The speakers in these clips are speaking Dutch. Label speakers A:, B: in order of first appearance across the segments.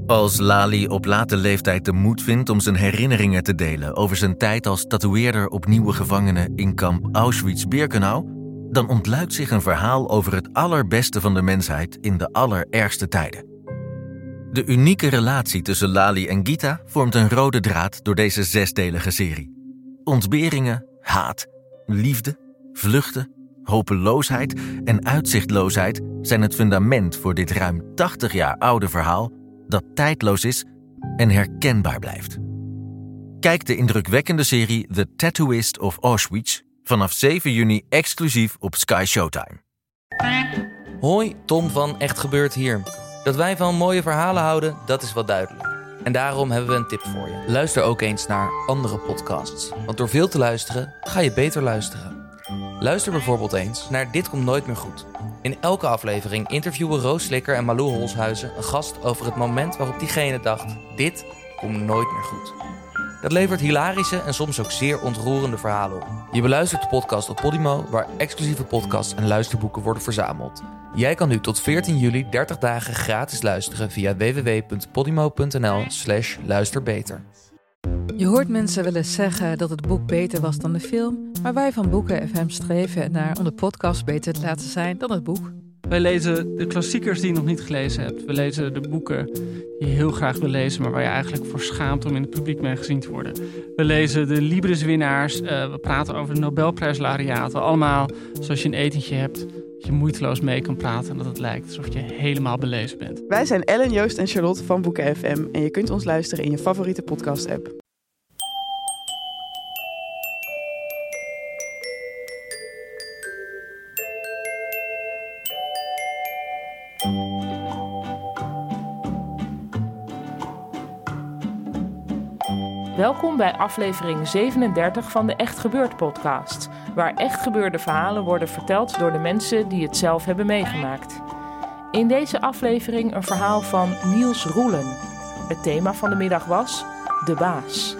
A: Als Lali op late leeftijd de moed vindt om zijn herinneringen te delen over zijn tijd als tatoeëerder op nieuwe gevangenen in kamp Auschwitz-Birkenau, dan ontluikt zich een verhaal over het allerbeste van de mensheid in de allerergste tijden. De unieke relatie tussen Lali en Gita vormt een rode draad door deze 6-delige serie. Ontberingen, haat, liefde, vluchten, hopeloosheid en uitzichtloosheid zijn het fundament voor dit ruim 80 jaar oude verhaal dat tijdloos is en herkenbaar blijft. Kijk de indrukwekkende serie The Tattooist of Auschwitz vanaf 7 juni exclusief op Sky Showtime.
B: Hoi, Tom van Echt Gebeurd hier. Dat wij van mooie verhalen houden, dat is wel duidelijk. En daarom hebben we een tip voor je. Luister ook eens naar andere podcasts. Want door veel te luisteren, ga je beter luisteren. Luister bijvoorbeeld eens naar Dit Komt Nooit Meer Goed. In elke aflevering interviewen Roos Slikker en Malou Holshuizen een gast over het moment waarop diegene dacht: dit komt nooit meer goed. Dat levert hilarische en soms ook zeer ontroerende verhalen op. Je beluistert de podcast op Podimo, waar exclusieve podcasts en luisterboeken worden verzameld. Jij kan nu tot 14 juli 30 dagen gratis luisteren via www.podimo.nl/luisterbeter.
C: Je hoort mensen wel eens zeggen dat het boek beter was dan de film, maar wij van Boeken FM streven naar om de podcast beter te laten zijn dan het boek.
D: Wij lezen de klassiekers die je nog niet gelezen hebt. We lezen de boeken die je heel graag wil lezen, maar waar je eigenlijk voor schaamt om in het publiek mee gezien te worden. We lezen de Libris-winnaars. We praten over de Nobelprijslaureaten. Allemaal zoals je een etentje hebt, dat je moeiteloos mee kan praten en dat het lijkt alsof je helemaal belezen bent.
E: Wij zijn Ellen, Joost en Charlotte van Boeken FM en je kunt ons luisteren in je favoriete podcast-app.
F: Welkom bij aflevering 37 van de Echt Gebeurd podcast, waar echt gebeurde verhalen worden verteld door de mensen die het zelf hebben meegemaakt. In deze aflevering een verhaal van Niels Roelen. Het thema van de middag was De Baas.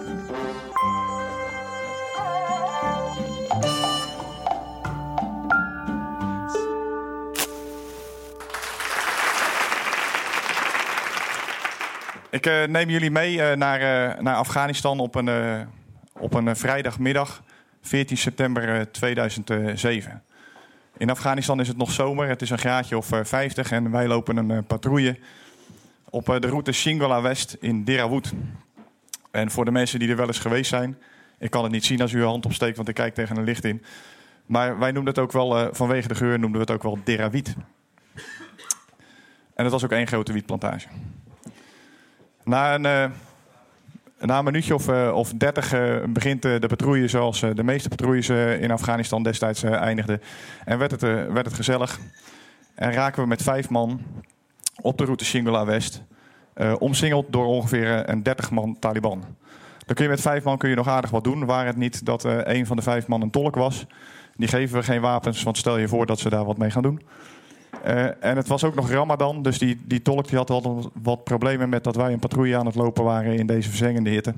G: Ik neem jullie mee naar Afghanistan op een vrijdagmiddag, 14 september 2007. In Afghanistan is het nog zomer, het is een graadje of 50 en wij lopen een patrouille op de route Shingala West in Derawood. En voor de mensen die er wel eens geweest zijn, ik kan het niet zien als u uw hand opsteekt, want ik kijk tegen een licht in. Maar wij noemden het ook wel, vanwege de geur noemden we het ook wel Derawiet. En het was ook één grote wietplantage. Na een minuutje of 30 begint de patrouille zoals de meeste patrouilles in Afghanistan destijds eindigden. En werd het gezellig. En raken we met 5 man op de route Shingala West. Omsingeld door ongeveer een 30 man Taliban. Dan kun je met 5 man nog aardig wat doen. Waar het niet dat een van de 5 man een tolk was. Die geven we geen wapens, want stel je voor dat ze daar wat mee gaan doen. En het was ook nog Ramadan, dus die tolk die had al wat problemen met dat wij een patrouille aan het lopen waren in deze verzengende hitte.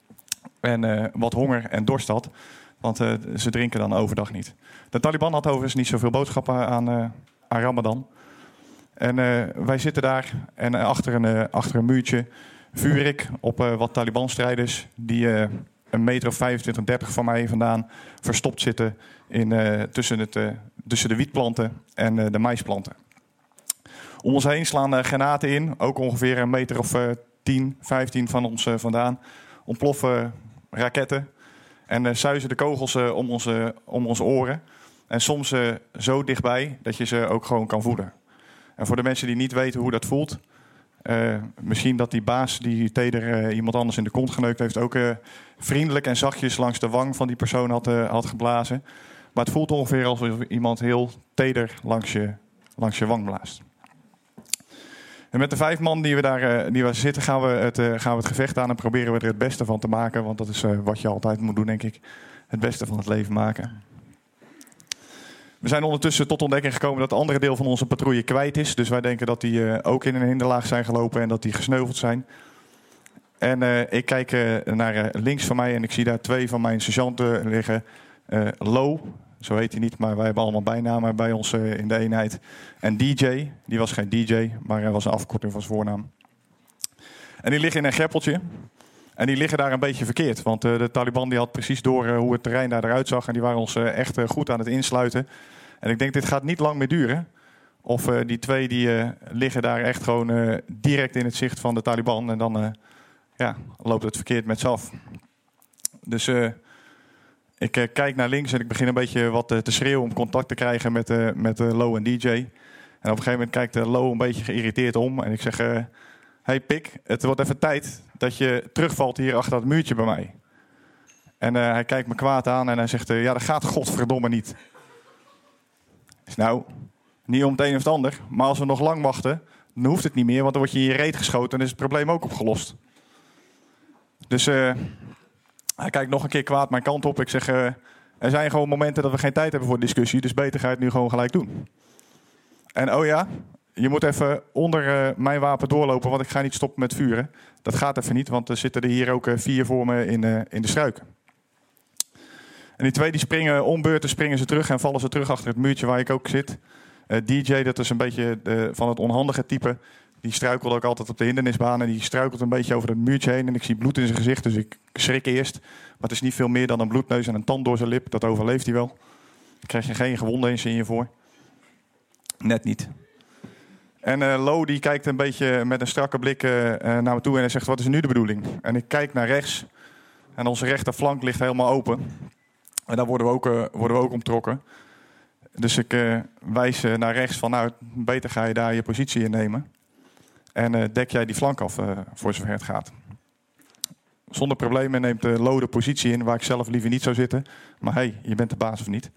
G: En wat honger en dorst had, want ze drinken dan overdag niet. De Taliban had overigens niet zoveel boodschappen aan Ramadan. En wij zitten daar en achter een muurtje vuur ik op wat Taliban-strijders die een meter of 25, 30 van mij vandaan verstopt zitten tussen de wietplanten en de maisplanten. Om ons heen slaan granaten in, ook ongeveer een meter of 10, 15 van ons vandaan. Ontploffen raketten en zuizen de kogels om onze oren. En soms zo dichtbij dat je ze ook gewoon kan voelen. En voor de mensen die niet weten hoe dat voelt, misschien dat die baas die teder iemand anders in de kont geneukt heeft ook vriendelijk en zachtjes langs de wang van die persoon had geblazen. Maar het voelt ongeveer alsof iemand heel teder langs je wang blaast. En met de 5 man die we zitten gaan we het gevecht aan en proberen we er het beste van te maken. Want dat is wat je altijd moet doen, denk ik. Het beste van het leven maken. We zijn ondertussen tot ontdekking gekomen dat het andere deel van onze patrouille kwijt is. Dus wij denken dat die ook in een hinderlaag zijn gelopen en dat die gesneuveld zijn. En ik kijk naar links van mij en ik zie daar 2 van mijn sergeanten liggen. Lo, zo heet hij niet, maar wij hebben allemaal bijnamen bij ons in de eenheid. En DJ, die was geen DJ, maar hij was een afkorting van zijn voornaam. En die liggen in een greppeltje. En die liggen daar een beetje verkeerd. Want de Taliban die had precies door hoe het terrein daar eruit zag. En die waren ons echt goed aan het insluiten. En ik denk, dit gaat niet lang meer duren. Of die twee die liggen daar echt gewoon direct in het zicht van de Taliban. En dan loopt het verkeerd met ze af. Dus ik kijk naar links en ik begin een beetje wat te schreeuwen om contact te krijgen met Lo en DJ. En op een gegeven moment kijkt Lo een beetje geïrriteerd om. En ik zeg, hey Pik, het wordt even tijd dat je terugvalt hier achter dat muurtje bij mij. En hij kijkt me kwaad aan en hij zegt, ja, dat gaat godverdomme niet. Dus nou, niet om het een of het ander. Maar als we nog lang wachten, dan hoeft het niet meer. Want dan word je in je reet geschoten en is het probleem ook opgelost. Dus hij kijkt nog een keer kwaad mijn kant op. Ik zeg, er zijn gewoon momenten dat we geen tijd hebben voor discussie. Dus beter ga je het nu gewoon gelijk doen. En oh ja, je moet even onder mijn wapen doorlopen, want ik ga niet stoppen met vuren. Dat gaat even niet, want er zitten er hier ook 4 voor me in de struiken. En die 2 die springen om beurten, springen ze terug en vallen ze terug achter het muurtje waar ik ook zit. DJ, dat is een beetje van het onhandige type. Die struikelt ook altijd op de hindernisbaan en die struikelt een beetje over het muurtje heen. En ik zie bloed in zijn gezicht, dus ik schrik eerst. Maar het is niet veel meer dan een bloedneus en een tand door zijn lip. Dat overleeft hij wel. Dan krijg je geen gewonden in je voor. Net niet. En Lo die kijkt een beetje met een strakke blik naar me toe en hij zegt, wat is nu de bedoeling? En ik kijk naar rechts en onze rechterflank ligt helemaal open. En daar worden we ook omtrokken. Dus ik wijs naar rechts van, nou, beter ga je daar je positie innemen. En dek jij die flank af voor zover het gaat. Zonder problemen neemt Lo de positie in waar ik zelf liever niet zou zitten. Maar hey, je bent de baas of niet.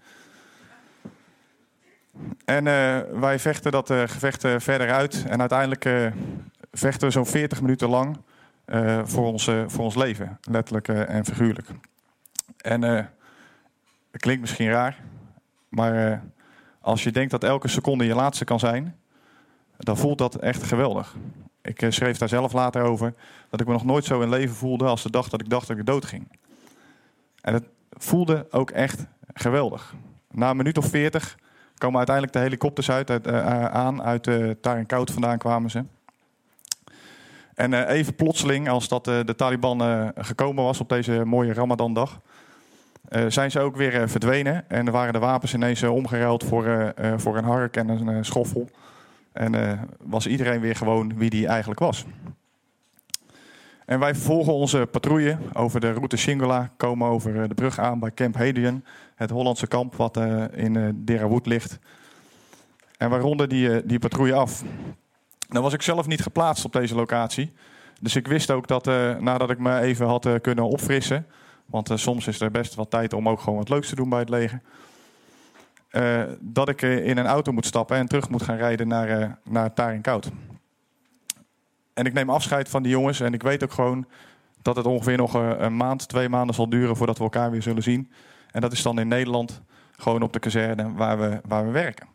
G: En wij vechten dat gevecht verder uit. En uiteindelijk vechten we zo'n 40 minuten lang voor ons leven. Letterlijk en figuurlijk. En het klinkt misschien raar. Maar als je denkt dat elke seconde je laatste kan zijn, dan voelt dat echt geweldig. Ik schreef daar zelf later over dat ik me nog nooit zo in leven voelde als de dag dat ik dacht dat ik dood ging. En het voelde ook echt geweldig. Na een minuut of 40 komen uiteindelijk de helikopters aan. Uit Tarin-Koud vandaan kwamen ze. En even plotseling, als dat de Taliban gekomen was op deze mooie Ramadandag, zijn ze ook weer verdwenen. En er waren de wapens ineens omgeruild voor een hark en een schoffel. En was iedereen weer gewoon wie die eigenlijk was. En wij vervolgen onze patrouille over de route Shingala, komen over de brug aan bij Camp Hadrian, het Hollandse kamp wat in Derawood ligt. En wij ronden die patrouille af. Nou was ik zelf niet geplaatst op deze locatie. Dus ik wist ook dat nadat ik me even had kunnen opfrissen, want soms is er best wat tijd om ook gewoon wat leuks te doen bij het leger, dat ik in een auto moet stappen en terug moet gaan rijden naar Tarin-Koud. En ik neem afscheid van die jongens en ik weet ook gewoon dat het ongeveer nog een maand, 2 maanden zal duren voordat we elkaar weer zullen zien. En dat is dan in Nederland, gewoon op de kazerne waar we werken.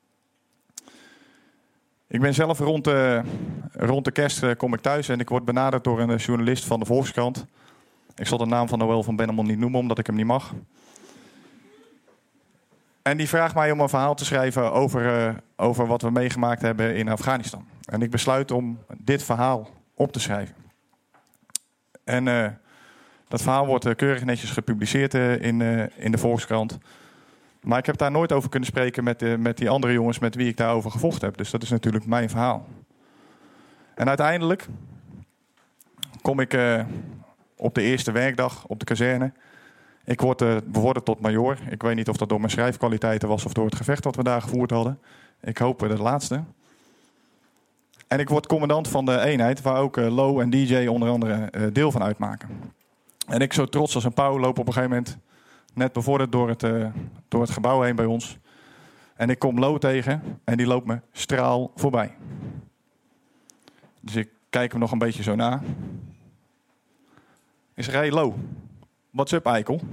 G: Ik ben zelf rond de kerst kom ik thuis en ik word benaderd door een journalist van de Volkskrant. Ik zal de naam van Noël van Bennemond niet noemen, omdat ik hem niet mag. En die vraagt mij om een verhaal te schrijven over wat we meegemaakt hebben in Afghanistan. En ik besluit om dit verhaal op te schrijven. En dat verhaal wordt keurig netjes gepubliceerd in de Volkskrant. Maar ik heb daar nooit over kunnen spreken met die andere jongens met wie ik daarover gevochten heb. Dus dat is natuurlijk mijn verhaal. En uiteindelijk kom ik op de eerste werkdag op de kazerne. Ik word bevorderd tot majoor. Ik weet niet of dat door mijn schrijfkwaliteiten was of door het gevecht dat we daar gevoerd hadden. Ik hoop de laatste. En ik word commandant van de eenheid waar ook Lo en DJ onder andere deel van uitmaken. En ik zo trots als een pauw loop op een gegeven moment net bevorderd door het gebouw heen bij ons. En ik kom Lo tegen en die loopt me straal voorbij. Dus ik kijk hem nog een beetje zo na. Ik zeg, hey Lo, what's up eikel?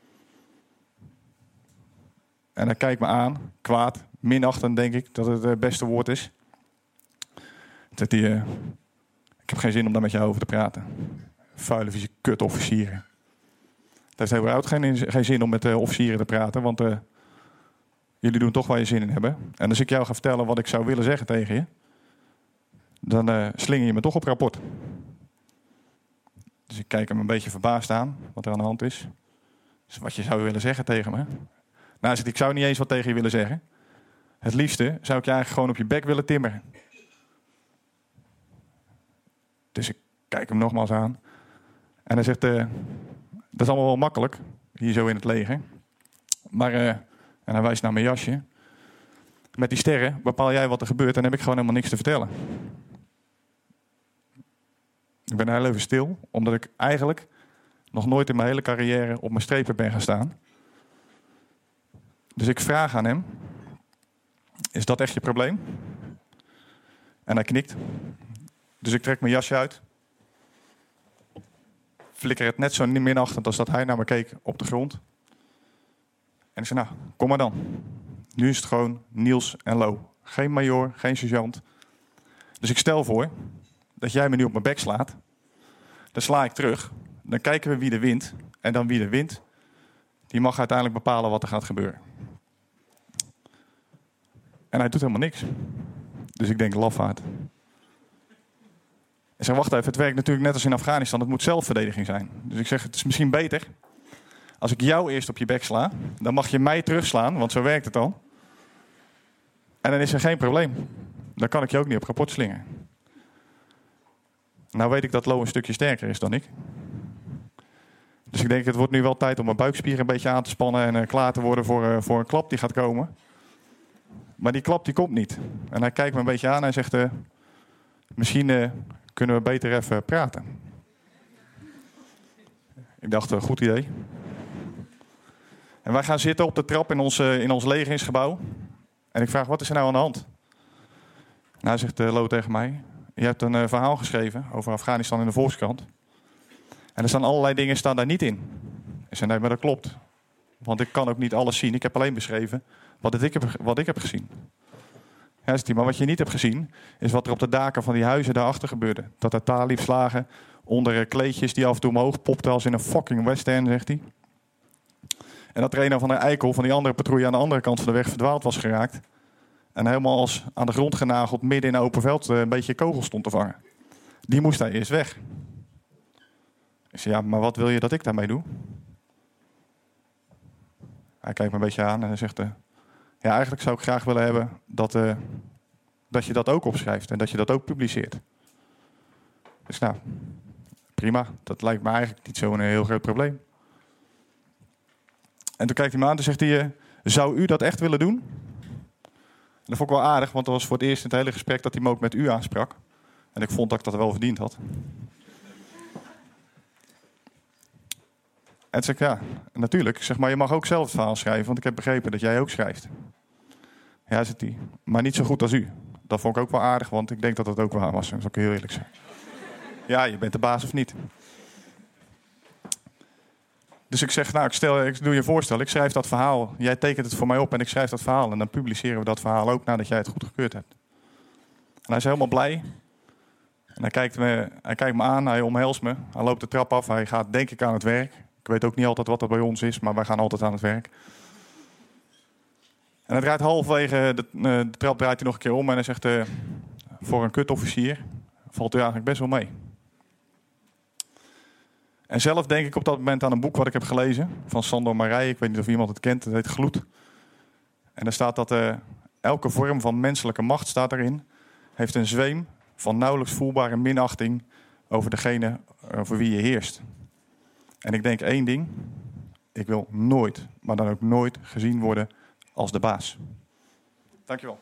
G: En hij kijkt me aan, kwaad, minachtend denk ik dat het beste woord is. Dat hij, ik heb geen zin om daar met jou over te praten. Vuile, vieze kutofficieren. Het heeft überhaupt geen zin om met officieren te praten, want jullie doen toch waar je zin in hebben. En als ik jou ga vertellen wat ik zou willen zeggen tegen je, dan slinger je me toch op rapport. Dus ik kijk hem een beetje verbaasd aan, wat er aan de hand is. Dus wat je zou willen zeggen tegen me? Nou, ik zou niet eens wat tegen je willen zeggen. Het liefste zou ik je eigenlijk gewoon op je bek willen timmeren. Dus ik kijk hem nogmaals aan. En hij zegt, dat is allemaal wel makkelijk, hier zo in het leger. Maar, en hij wijst naar mijn jasje. Met die sterren bepaal jij wat er gebeurt en heb ik gewoon helemaal niks te vertellen. Ik ben heel even stil, omdat ik eigenlijk nog nooit in mijn hele carrière op mijn strepen ben gaan staan. Dus ik vraag aan hem, is dat echt je probleem? En hij knikt. Dus ik trek mijn jasje uit. Flikker het net zo minachtend als dat hij naar me keek op de grond. En ik zei, nou, kom maar dan. Nu is het gewoon Niels en Lo. Geen majoor, geen sergeant. Dus ik stel voor dat jij me nu op mijn bek slaat. Dan sla ik terug. Dan kijken we wie er wint. En dan wie er wint, die mag uiteindelijk bepalen wat er gaat gebeuren. En hij doet helemaal niks. Dus ik denk, lafaard. Ik zeg, wacht even, het werkt natuurlijk net als in Afghanistan. Het moet zelfverdediging zijn. Dus ik zeg, het is misschien beter als ik jou eerst op je bek sla. Dan mag je mij terugslaan, want zo werkt het al. En dan is er geen probleem. Dan kan ik je ook niet op kapot slingen. Nou weet ik dat Lo een stukje sterker is dan ik. Dus ik denk, het wordt nu wel tijd om mijn buikspieren een beetje aan te spannen en klaar te worden voor een klap die gaat komen. Maar die klap die komt niet. En hij kijkt me een beetje aan en hij zegt, misschien kunnen we beter even praten. Ik dacht, goed idee. En wij gaan zitten op de trap in ons legeringsgebouw. En ik vraag, wat is er nou aan de hand? Nou, hij zegt Lo tegen mij, je hebt een verhaal geschreven over Afghanistan in de Volkskrant. En er staan allerlei dingen staan daar niet in. Ik zei, nee, maar dat klopt. Want ik kan ook niet alles zien. Ik heb alleen beschreven wat ik heb gezien. Ja, zegt hij, maar wat je niet hebt gezien, is wat er op de daken van die huizen daarachter gebeurde. Dat er Talibs lagen onder kleedjes die af en toe omhoog popten als in een fucking western, zegt hij. En dat er een van de eikel van die andere patrouille aan de andere kant van de weg verdwaald was geraakt. En helemaal als aan de grond genageld midden in een open veld een beetje kogels stond te vangen. Die moest daar eerst weg. Ik zei, ja, maar wat wil je dat ik daarmee doe? Hij kijkt me een beetje aan en hij zegt, ja, eigenlijk zou ik graag willen hebben dat je dat ook opschrijft en dat je dat ook publiceert. Dus nou, prima. Dat lijkt me eigenlijk niet zo'n heel groot probleem. En toen kijkt hij me aan en zegt hij, zou u dat echt willen doen? En dat vond ik wel aardig, want dat was voor het eerst in het hele gesprek dat hij me ook met u aansprak. En ik vond dat ik dat wel verdiend had. En toen zei ik, ja, natuurlijk. Zeg maar, je mag ook zelf het verhaal schrijven, want ik heb begrepen dat jij ook schrijft. Ja, zegt hij, maar niet zo goed als u. Dat vond ik ook wel aardig, want ik denk dat dat ook waar was. Dat zal ik heel eerlijk zijn. Ja, je bent de baas of niet? Dus ik zeg, nou, ik doe je een voorstel. Ik schrijf dat verhaal. Jij tekent het voor mij op en ik schrijf dat verhaal. En dan publiceren we dat verhaal ook nadat jij het goedgekeurd hebt. En hij is helemaal blij. En hij kijkt me aan, hij omhelst me. Hij loopt de trap af, hij gaat denk ik aan het werk. Ik weet ook niet altijd wat er bij ons is, maar wij gaan altijd aan het werk. En hij draait halverwege de trap draait hij nog een keer om en hij zegt, voor een kutofficier valt u eigenlijk best wel mee. En zelf denk ik op dat moment aan een boek wat ik heb gelezen van Sandor Marij. Ik weet niet of iemand het kent, het heet Gloed. En daar staat dat elke vorm van menselijke macht staat erin, heeft een zweem van nauwelijks voelbare minachting over degene over wie je heerst. En ik denk één ding, ik wil nooit, maar dan ook nooit gezien worden als de baas. Dankjewel.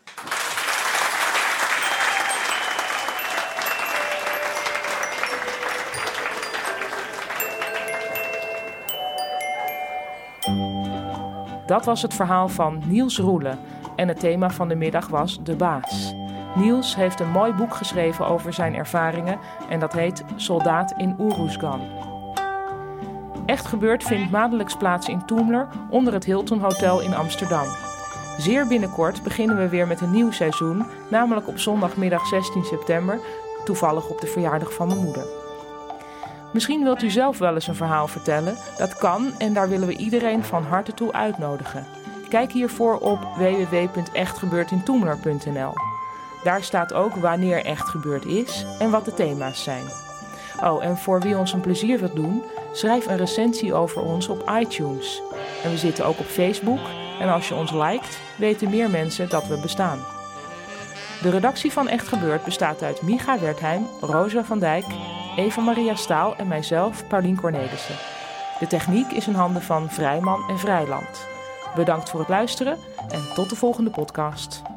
F: Dat was het verhaal van Niels Roelen en het thema van de middag was De Baas. Niels heeft een mooi boek geschreven over zijn ervaringen en dat heet Soldaat in Uruzgan. Echt Gebeurd vindt maandelijks plaats in Toemler onder het Hilton Hotel in Amsterdam. Zeer binnenkort beginnen we weer met een nieuw seizoen, namelijk op zondagmiddag 16 september, toevallig op de verjaardag van mijn moeder. Misschien wilt u zelf wel eens een verhaal vertellen. Dat kan en daar willen we iedereen van harte toe uitnodigen. Kijk hiervoor op www.echtgebeurtintoemler.nl. Daar staat ook wanneer echt gebeurd is en wat de thema's zijn. Oh, en voor wie ons een plezier wilt doen, schrijf een recensie over ons op iTunes. En we zitten ook op Facebook. En als je ons liked, weten meer mensen dat we bestaan. De redactie van Echt Gebeurd bestaat uit Micha Wertheim, Rosa van Dijk, Eva-Maria Staal en mijzelf, Paulien Cornelissen. De techniek is in handen van Vrijman en Vrijland. Bedankt voor het luisteren en tot de volgende podcast.